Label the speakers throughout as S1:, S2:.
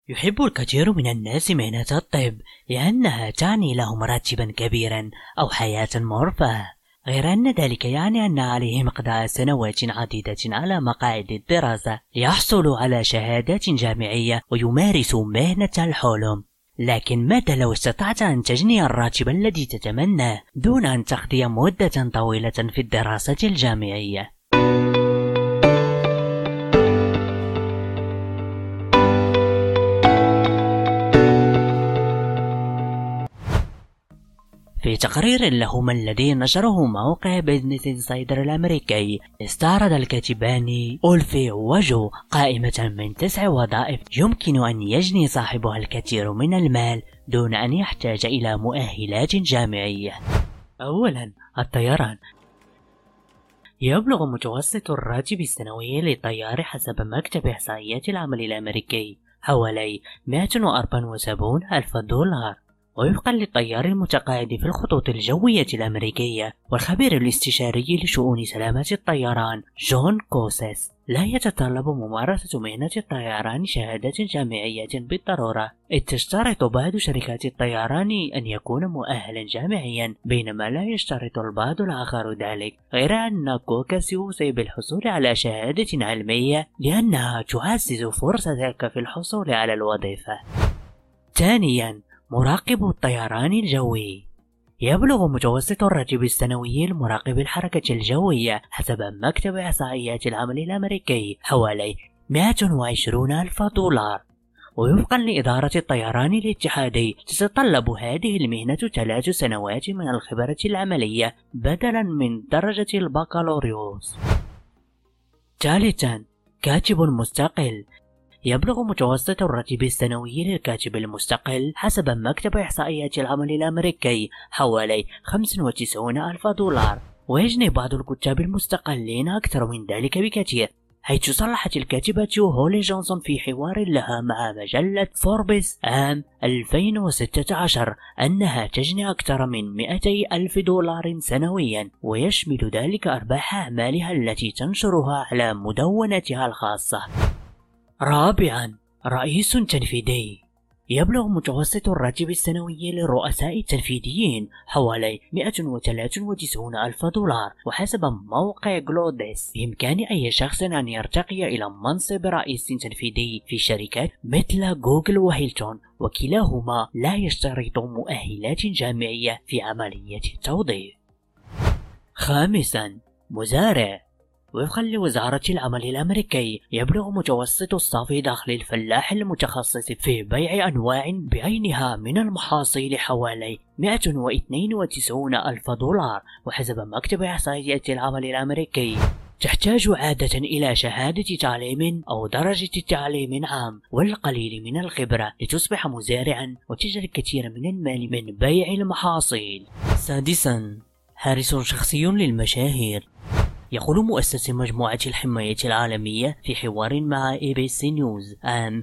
S1: يحب الكثير من الناس مهنة الطب لأنها تعني لهم راتبا كبيرا أو حياة مرفهة، غير أن ذلك يعني أن عليهم قضاء سنوات عديدة على مقاعد الدراسة ليحصلوا على شهادات جامعية ويمارسوا مهنة الحلم. لكن ماذا لو استطعت أن تجني الراتب الذي تتمناه دون أن تقضي مدة طويلة في الدراسة الجامعية؟ في تقرير لهما الذي نشره موقع بيزنس انسايدر الأمريكي، استعرض الكاتبان أولفي وجو قائمة من 9 وظائف يمكن أن يجني صاحبها الكثير من المال دون أن يحتاج إلى مؤهلات جامعية. أولا، الطيران. يبلغ متوسط الراتب السنوي للطيار حسب مكتب إحصائيات العمل الأمريكي حوالي 174 ألف دولار، ووفقا للطيار المتقاعد في الخطوط الجوية الأمريكية والخبير الاستشاري لشؤون سلامة الطيران جون كوسيس، لا يتطلب ممارسة مهنة الطيران شهادة جامعية بالضرورة، إذ تشترط بعض شركات الطيران أن يكون مؤهلا جامعيا بينما لا يشترط البعض الآخر ذلك، غير أن كوكاس يوصي بالحصول على شهادة علمية لأنها تعزز فرصتك في الحصول على الوظيفة. ثانيا، مراقب الطيران الجوي. يبلغ متوسط الراتب السنوي لمراقب الحركة الجوية حسب مكتب إحصائيات العمل الأمريكي حوالي 120 ألف دولار، ووفقا لإدارة الطيران الاتحادي تتطلب هذه المهنة 3 سنوات من الخبرة العملية بدلا من درجة البكالوريوس. ثالثا، كاتب مستقل. يبلغ متوسط الراتب السنوي للكاتب المستقل حسب مكتب إحصائيات العمل الأمريكي حوالي 95 ألف دولار، ويجني بعض الكتاب المستقلين أكثر من ذلك بكثير، حيث صرحت الكاتبة هولي جونسون في حوار لها مع مجلة فوربس عام 2016 أنها تجني أكثر من 200 ألف دولار سنويا، ويشمل ذلك أرباح أعمالها التي تنشرها على مدونتها الخاصة. رابعا، رئيس تنفيذي. يبلغ متوسط الراتب السنوي للرؤساء التنفيذيين حوالي 193 ألف دولار، وحسب موقع جلوديس بإمكان أي شخص أن يرتقي إلى منصب رئيس تنفيذي في شركات مثل جوجل وهيلتون، وكلاهما لا يشترط مؤهلات جامعية في عملية التوظيف. خامسا، مزارع. وفقا لوزارة العمل الأمريكي يبلغ متوسط الصافي دخل الفلاح المتخصص في بيع أنواع بعينها من المحاصيل حوالي 192 ألف دولار، وحسب مكتب إحصائيات العمل الأمريكي تحتاج عادة إلى شهادة تعليم أو درجة تعليم عام والقليل من الخبرة لتصبح مزارعا وتجري الكثير من المال من بيع المحاصيل. سادسا، حارس شخصي للمشاهير. يقول مؤسس مجموعة الحماية العالمية في حوار مع ABC نيوز عام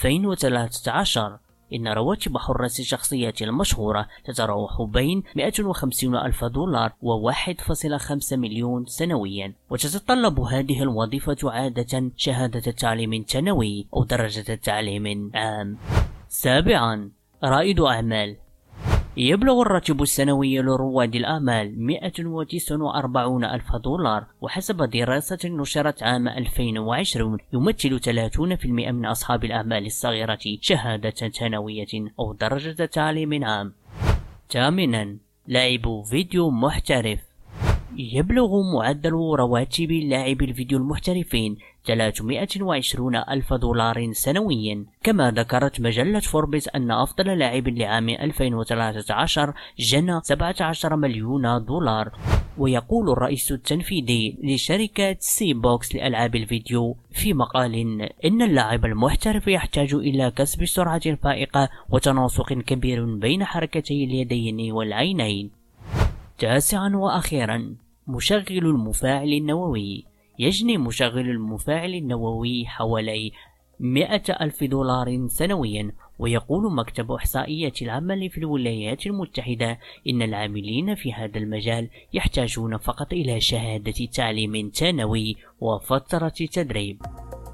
S1: 2013 إن رواتب حراس الشخصيات المشهورة تتراوح بين 150 ألف دولار و 1.5 مليون سنويا، وتتطلب هذه الوظيفة عادة شهادة تعليم ثانوي أو درجة تعليم عام. سابعا، رائد أعمال. يبلغ الراتب السنوي لرواد الأعمال 149 ألف دولار، وحسب دراسة نشرت عام 2020 يمثل 30% من أصحاب الأعمال الصغيرة شهادة ثانوية أو درجة تعليم عام. ثامنا، لاعب فيديو محترف. يبلغ معدل رواتب لاعب الفيديو المحترفين 320 ألف دولار سنويا، كما ذكرت مجلة فوربس أن أفضل لاعب لعام 2013 جنى 17 مليون دولار. ويقول الرئيس التنفيذي لشركة سي بوكس لألعاب الفيديو في مقال إن اللاعب المحترف يحتاج إلى كسب سرعة فائقة وتناسق كبير بين حركتي اليدين والعينين. تاسعا وأخيرا، مشغل المفاعل النووي. يجني مشغل المفاعل النووي حوالي 100 ألف دولار سنويا، ويقول مكتب إحصائيات العمل في الولايات المتحدة إن العاملين في هذا المجال يحتاجون فقط إلى شهادة تعليم ثانوي وفترة تدريب.